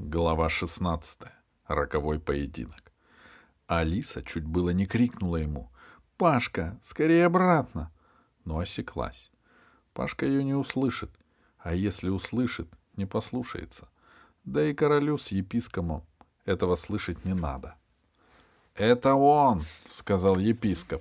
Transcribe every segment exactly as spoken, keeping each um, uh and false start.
Глава шестнадцатая. Роковой поединок. Алиса чуть было не крикнула ему: «Пашка, скорее обратно!» Но осеклась. Пашка ее не услышит, а если услышит, не послушается. Да и королю с епископом этого слышать не надо. «Это он!» — сказал епископ.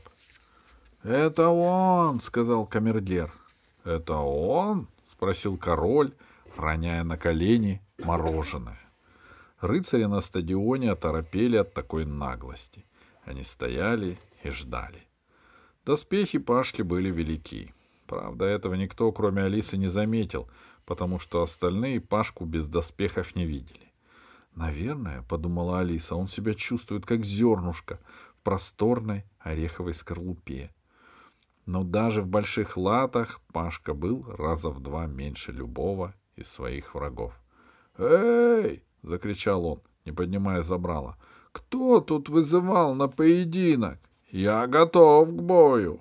«Это он!» — сказал камердинер. «Это он?» — спросил король, роняя на колени мороженое. Рыцари на стадионе оторопели от такой наглости. Они стояли и ждали. Доспехи Пашки были велики. Правда, этого никто, кроме Алисы, не заметил, потому что остальные Пашку без доспехов не видели. «Наверное, — подумала Алиса, — он себя чувствует как зернышко в просторной ореховой скорлупе». Но даже в больших латах Пашка был раза в два меньше любого из своих врагов. «Эй!» — закричал он, не поднимая забрала. «Кто тут вызывал на поединок? Я готов к бою!»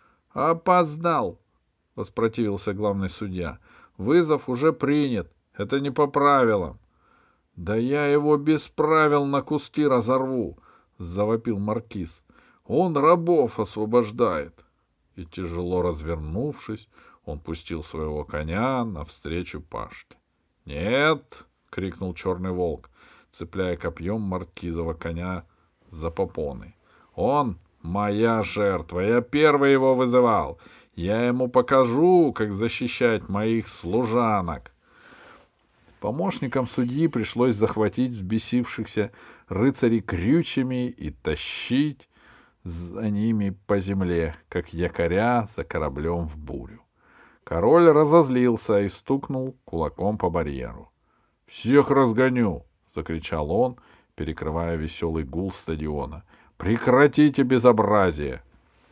«Опоздал!» — воспротивился главный судья. «Вызов уже принят. Это не по правилам». «Да я его без правил на куски разорву!» — завопил маркиз. «Он рабов освобождает!» И, тяжело развернувшись, он пустил своего коня навстречу Пашке. «Нет!» — крикнул черный волк, цепляя копьем маркизова коня за попоны. «Он моя жертва! Я первый его вызывал! Я ему покажу, как защищать моих служанок!» Помощникам судьи пришлось захватить взбесившихся рыцарей крючьями и тащить за ними по земле, как якоря за кораблем в бурю. Король разозлился и стукнул кулаком по барьеру. «Всех разгоню!» — закричал он, перекрывая веселый гул стадиона. «Прекратите безобразие!»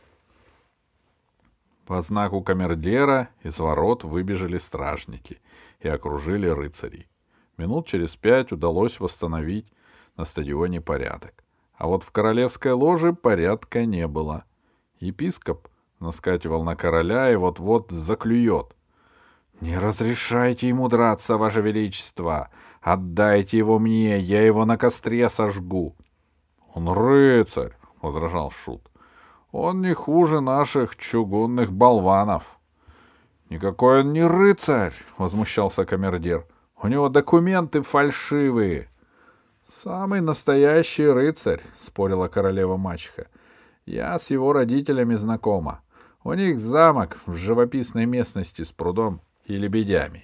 По знаку камердинера из ворот выбежали стражники и окружили рыцарей. Минут через пять удалось восстановить на стадионе порядок. А вот в королевской ложе порядка не было. Епископ наскакивал на короля и вот-вот заклюет. «Не разрешайте ему драться, ваше величество! Отдайте его мне, я его на костре сожгу!» «Он рыцарь!» — возражал шут. «Он не хуже наших чугунных болванов!» «Никакой он не рыцарь!» — возмущался камердинер. «У него документы фальшивые!» «Самый настоящий рыцарь!» — спорила королева-мачеха. «Я с его родителями знакома. У них замок в живописной местности с прудом и лебедями».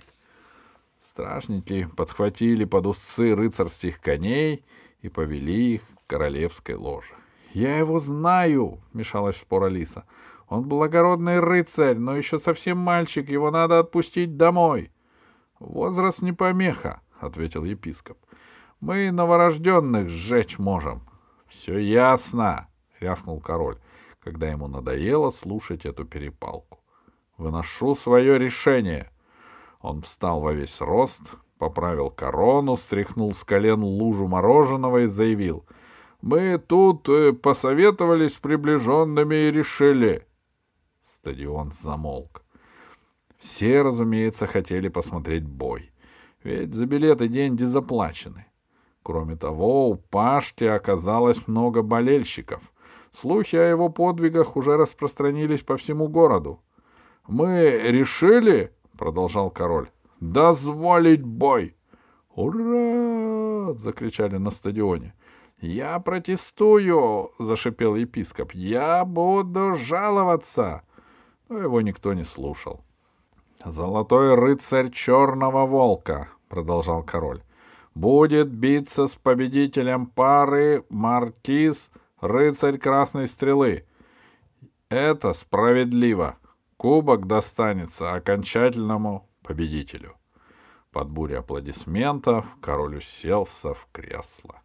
Стражники подхватили под узцы рыцарских коней и повели их к королевской ложе. «Я его знаю!» — вмешалась в спор Алиса. «Он благородный рыцарь, но еще совсем мальчик, его надо отпустить домой». «Возраст не помеха», — ответил епископ. «Мы новорожденных сжечь можем». «Все ясно», — рявкнул король, когда ему надоело слушать эту перепалку. «Выношу свое решение». Он встал во весь рост, поправил корону, стряхнул с колен лужу мороженого и заявил: «Мы тут посоветовались с приближенными и решили». Стадион замолк. Все, разумеется, хотели посмотреть бой, ведь за билеты деньги заплачены. Кроме того, у Пашки оказалось много болельщиков. Слухи о его подвигах уже распространились по всему городу. «Мы решили, — продолжал король, — дозволить бой!» «Ура!» — закричали на стадионе. «Я протестую!» — зашипел епископ. «Я буду жаловаться!» Но его никто не слушал. «Золотой рыцарь черного волка!» — продолжал король. «Будет биться с победителем пары маркиз рыцарь красной стрелы. Это справедливо. Кубок достанется окончательному победителю». Под бурей аплодисментов король уселся в кресло.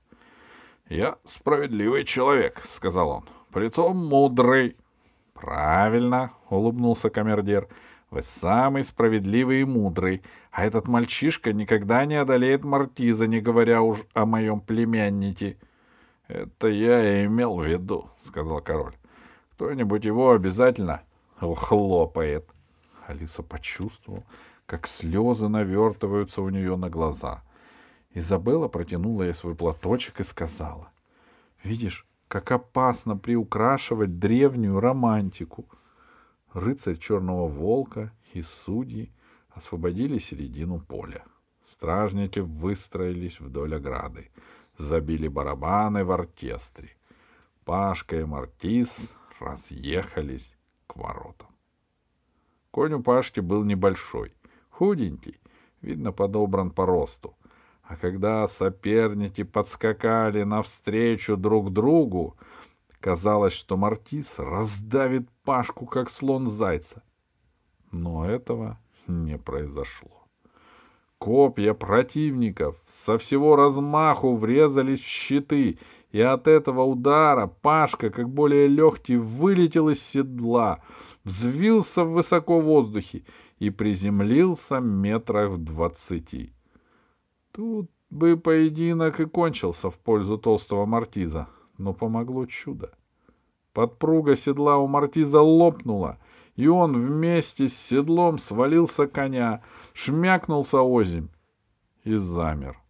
«Я справедливый человек», — сказал он, — «притом мудрый». «Правильно», — улыбнулся камердинер, — «вы самый справедливый и мудрый, а этот мальчишка никогда не одолеет маркиза, не говоря уж о моем племяннике». «Это я и имел в виду», — сказал король. «Кто-нибудь его обязательно ухлопает». Алиса почувствовала, как слезы навертываются у нее на глаза. Изабелла протянула ей свой платочек и сказала: «Видишь, как опасно приукрашивать древнюю романтику». Рыцарь черного волка и судьи освободили середину поля. Стражники выстроились вдоль ограды, забили барабаны в оркестре. Пашка и Мартиз разъехались к воротам. Конь у Пашки был небольшой, худенький, видно, подобран по росту. А когда соперники подскакали навстречу друг другу, казалось, что Мартиз раздавит Пашку, как слон зайца. Но этого не произошло. Копья противников со всего размаху врезались в щиты, и от этого удара Пашка, как более легкий, вылетел из седла, взвился высоко в воздухе и приземлился метрах в двадцати. Тут бы поединок и кончился в пользу толстого Мартиза, но помогло чудо. Подпруга седла у Мартиза лопнула, и он вместе с седлом свалился с коня, шмякнулся озимь и замер.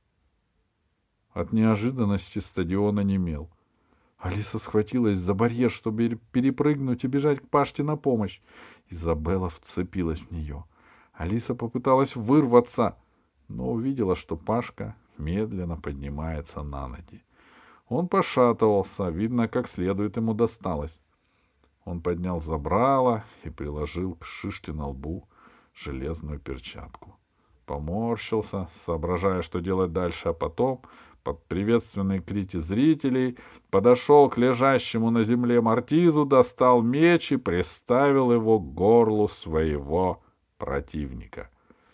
От неожиданности стадион онемел. Алиса схватилась за барьер, чтобы перепрыгнуть и бежать к Пашке на помощь. Изабелла вцепилась в нее. Алиса попыталась вырваться, но увидела, что Пашка медленно поднимается на ноги. Он пошатывался, видно, как следует ему досталось. Он поднял забрало и приложил к шишке на лбу железную перчатку. Поморщился, соображая, что делать дальше, а потом, под приветственные крики зрителей, подошел к лежащему на земле Мартизу, достал меч и приставил его к горлу своего противника.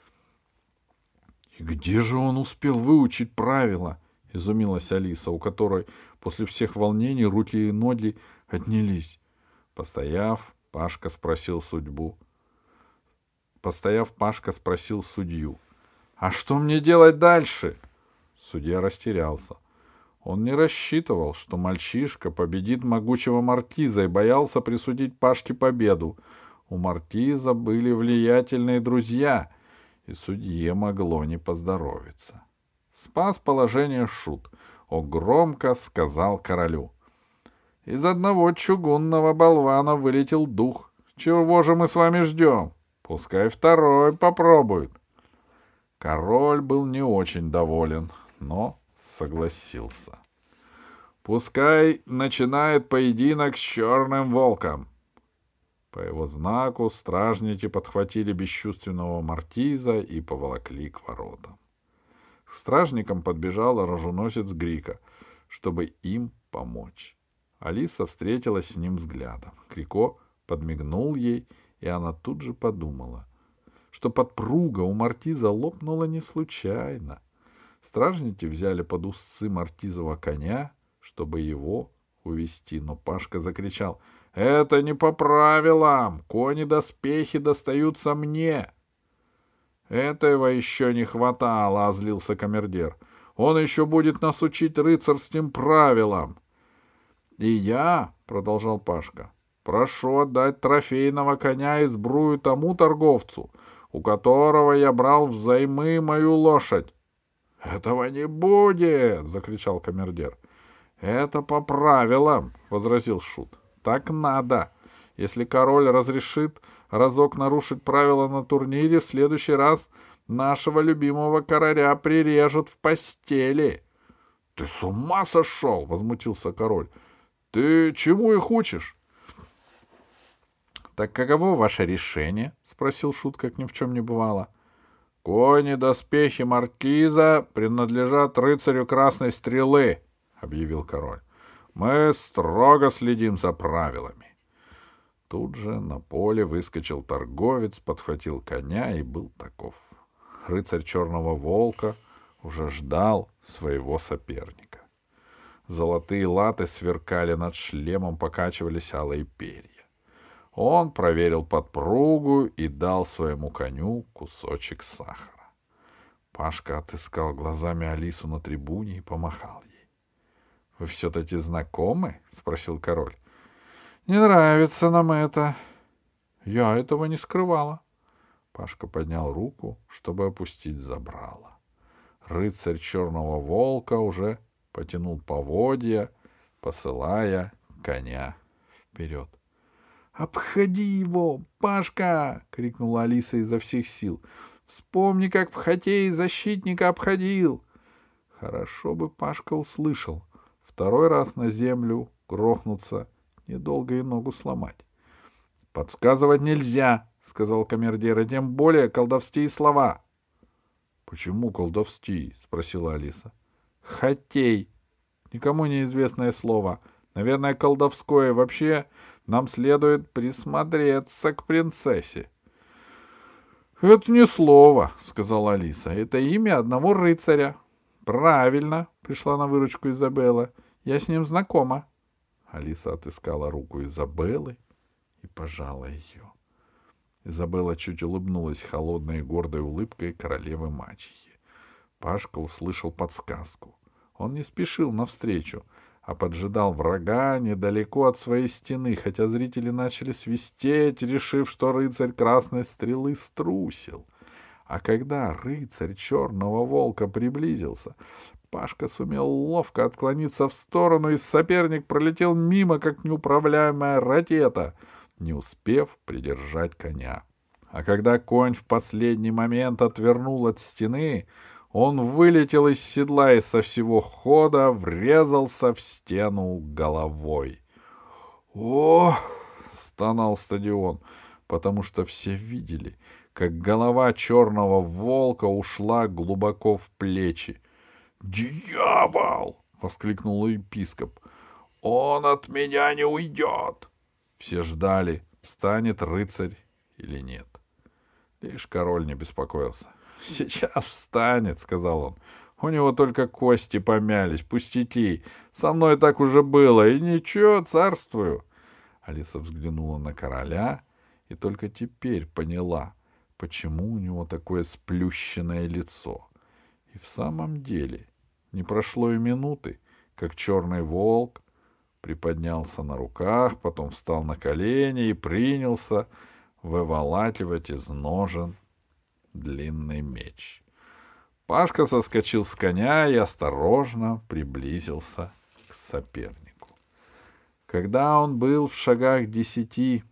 — И где же он успел выучить правила? — изумилась Алиса, у которой после всех волнений руки и ноги отнялись. Постояв, Пашка спросил судьбу. Постояв, Пашка спросил судью: «А что мне делать дальше?» Судья растерялся. Он не рассчитывал, что мальчишка победит могучего Мартиза, и боялся присудить Пашке победу. У Мартиза были влиятельные друзья, и судье могло не поздоровиться. Спас положение шут. Он громко сказал королю: «Из одного чугунного болвана вылетел дух. Чего же мы с вами ждем? Пускай второй попробует». Король был не очень доволен, но согласился. «Пускай начинает поединок с черным волком». По его знаку стражники подхватили бесчувственного Мартиза и поволокли к воротам. К стражникам подбежал оруженосец Грика, чтобы им помочь. Алиса встретилась с ним взглядом. Крико подмигнул ей, и она тут же подумала, что подпруга у Мартиза лопнула не случайно. Стражники взяли под узцы Мартизова коня, чтобы его увести, но Пашка закричал: «Это не по правилам! Кони-доспехи достаются мне!» «Этого еще не хватало!» — озлился камердер. «Он еще будет нас учить рыцарским правилам!» «И я, — продолжал Пашка, — прошу отдать трофейного коня и сбрую тому торговцу, у которого я брал взаймы мою лошадь». «Этого не будет! — закричал камердер. «Это по правилам! — возразил шут. Так надо! Если король разрешит разок нарушить правила на турнире, в следующий раз нашего любимого короля прирежут в постели». — Ты с ума сошел! — возмутился король. — Ты чему их учишь? — Так каково ваше решение? — спросил шут, как ни в чем не бывало. — Кони-доспехи маркиза принадлежат рыцарю Красной Стрелы, — объявил король. — Мы строго следим за правилами. Тут же на поле выскочил торговец, подхватил коня и был таков. Рыцарь Черного Волка уже ждал своего соперника. Золотые латы сверкали над шлемом, покачивались алые перья. Он проверил подпругу и дал своему коню кусочек сахара. Пашка отыскал глазами Алису на трибуне и помахал ей. — Вы все-таки знакомы? — спросил король. — Не нравится нам это. — Я этого не скрывала. Пашка поднял руку, чтобы опустить забрало. Рыцарь черного волка уже потянул поводья, посылая коня вперед. «Обходи его, Пашка!» — крикнула Алиса изо всех сил. «Вспомни, как в хоккее защитника обходил!» Хорошо бы Пашка услышал. Второй раз на землю грохнуться, недолго и ногу сломать. «Подсказывать нельзя!» — сказал камердинер, — «и тем более колдовские слова». «Почему колдовские?» — спросила Алиса. «Хоккей. Никому неизвестное слово. Наверное, колдовское. Вообще, нам следует присмотреться к принцессе». «Это не слово», — сказала Алиса. «Это имя одного рыцаря». «Правильно», — пришла на выручку Изабелла. «Я с ним знакома». Алиса отыскала руку Изабеллы и пожала ее. Изабелла чуть улыбнулась холодной и гордой улыбкой королевы мачехи. Пашка услышал подсказку. Он не спешил навстречу, а поджидал врага недалеко от своей стены, хотя зрители начали свистеть, решив, что рыцарь красной стрелы струсил. А когда рыцарь черного волка приблизился, Пашка сумел ловко отклониться в сторону, и соперник пролетел мимо, как неуправляемая ракета, не успев придержать коня. А когда конь в последний момент отвернул от стены, он вылетел из седла и со всего хода врезался в стену головой. «Ох!» — стонал стадион, потому что все видели, как голова черного волка ушла глубоко в плечи. «Дьявол!» — воскликнул епископ. «Он от меня не уйдет!» Все ждали, встанет рыцарь или нет. Лишь король не беспокоился. «Сейчас встанет», — сказал он. «У него только кости помялись, пустяки. Со мной так уже было, и ничего, царствую». Алиса взглянула на короля и только теперь поняла, почему у него такое сплющенное лицо. И в самом деле не прошло и минуты, как черный волк приподнялся на руках, потом встал на колени и принялся выволакивать из ножен длинный меч. Пашка соскочил с коня и осторожно приблизился к сопернику. Когда он был в шагах десяти,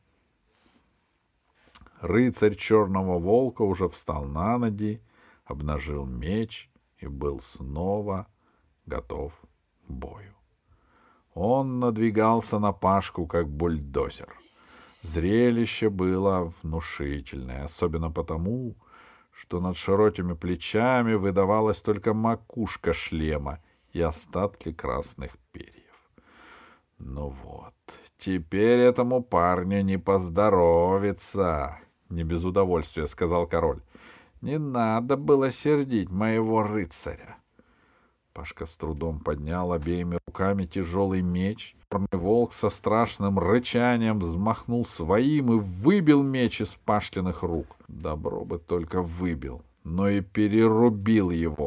рыцарь черного волка уже встал на ноги, обнажил меч и был снова готов к бою. Он надвигался на Пашку, как бульдозер. Зрелище было внушительное, особенно потому, что над широкими плечами выдавалась только макушка шлема и остатки красных перьев. «Ну вот, теперь этому парню не поздоровится», — не без удовольствия сказал король. «Не надо было сердить моего рыцаря». Пашка с трудом поднял обеими руками тяжелый меч. Черный волк со страшным рычанием взмахнул своим и выбил меч из Пашкиных рук. Добро бы только выбил, но и перерубил его.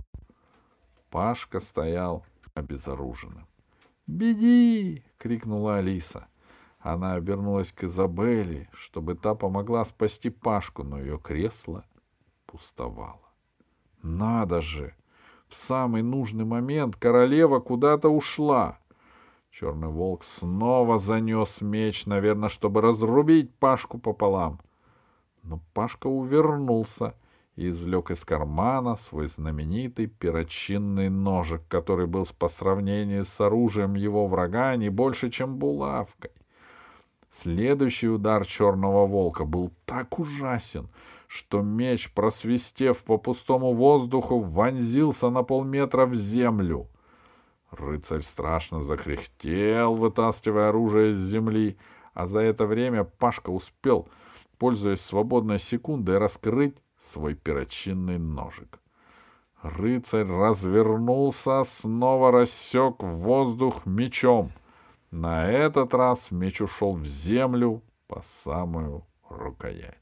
Пашка стоял обезоруженным. «Беги!» — крикнула Алиса. Она обернулась к Изабелле, чтобы та помогла спасти Пашку, но ее кресло пустовало. «Надо же! В самый нужный момент королева куда-то ушла!» Черный волк снова занес меч, наверное, чтобы разрубить Пашку пополам. Но Пашка увернулся и извлек из кармана свой знаменитый перочинный ножик, который был по сравнению с оружием его врага не больше, чем булавкой. Следующий удар черного волка был так ужасен, что меч, просвистев по пустому воздуху, вонзился на полметра в землю. Рыцарь страшно закряхтел, вытаскивая оружие из земли, а за это время Пашка успел, пользуясь свободной секундой, раскрыть свой перочинный ножик. Рыцарь развернулся, снова рассек воздух мечом. На этот раз меч ушел в землю по самую рукоять.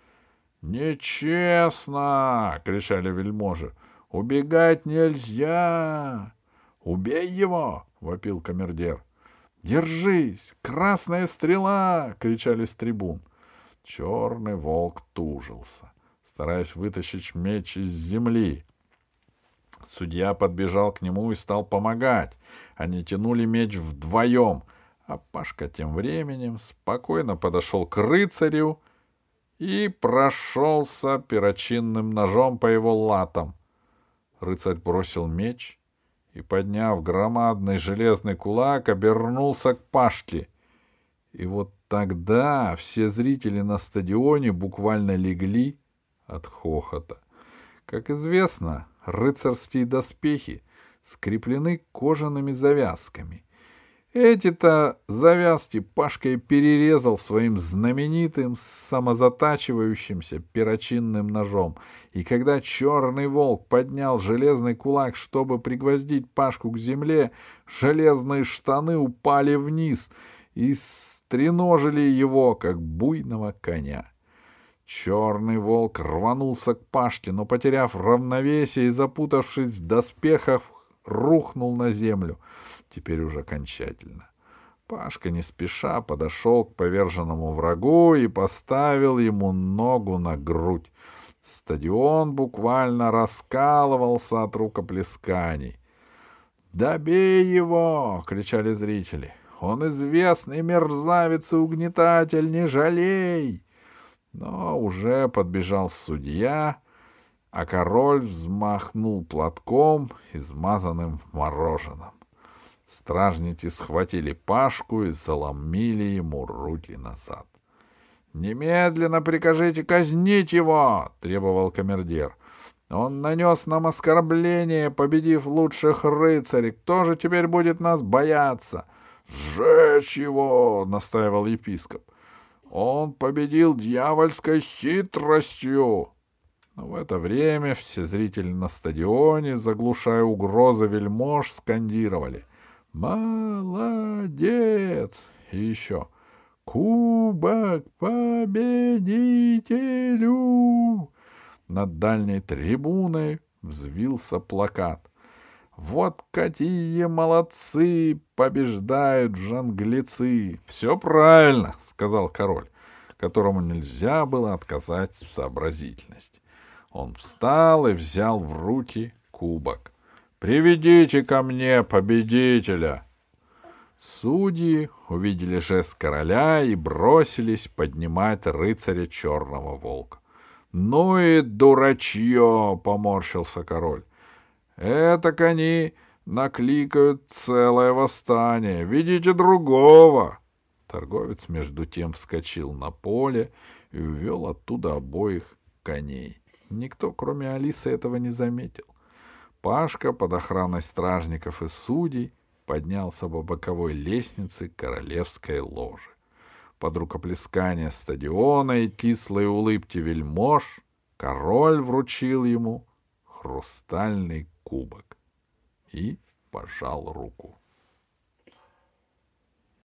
«Нечестно!» — кричали вельможи. «Убегать нельзя!» «Убей его!» — вопил камердинер. «Держись! Красная стрела!» — кричали с трибун. Черный волк тужился, стараясь вытащить меч из земли. Судья подбежал к нему и стал помогать. Они тянули меч вдвоем, а Пашка тем временем спокойно подошел к рыцарю и прошелся перочинным ножом по его латам. Рыцарь бросил меч и, подняв громадный железный кулак, обернулся к Пашке. И вот тогда все зрители на стадионе буквально легли от хохота. Как известно, рыцарские доспехи скреплены кожаными завязками. Эти-то завязки Пашка и перерезал своим знаменитым самозатачивающимся перочинным ножом. И когда черный волк поднял железный кулак, чтобы пригвоздить Пашку к земле, железные штаны упали вниз и стреножили его, как буйного коня. Черный волк рванулся к Пашке, но, потеряв равновесие и запутавшись в доспехах, рухнул на землю. Теперь уже окончательно. Пашка не спеша подошел к поверженному врагу и поставил ему ногу на грудь. Стадион буквально раскалывался от рукоплесканий. «Добей его!» — кричали зрители. «Он известный мерзавец и угнетатель, не жалей!» Но уже подбежал судья, а король взмахнул платком, измазанным в мороженом. Стражники схватили Пашку и заломили ему руки назад. «Немедленно прикажите казнить его!» — требовал камердинер. «Он нанес нам оскорбление, победив лучших рыцарей. Кто же теперь будет нас бояться?» «Сжечь его!» — настаивал епископ. «Он победил дьявольской хитростью!» Но в это время все зрители на стадионе, заглушая угрозы вельмож, скандировали: «Молодец!» И еще: «Кубок победителю!» Над дальней трибуной взвился плакат: «Вот какие молодцы! Побеждают жонглецы!» «Все правильно!» — сказал король, которому нельзя было отказать в сообразительности. Он встал и взял в руки кубок. «Приведите ко мне победителя!» Судьи увидели жест короля и бросились поднимать рыцаря Черного Волка. «Ну и дурачье!» — поморщился король. «Этак они накликают целое восстание. Ведите другого!» Торговец между тем вскочил на поле и увел оттуда обоих коней. Никто, кроме Алисы, этого не заметил. Пашка под охраной стражников и судей поднялся по боковой лестнице королевской ложи. Под рукоплескание стадиона и кислые улыбки вельмож король вручил ему хрустальный кубок и пожал руку.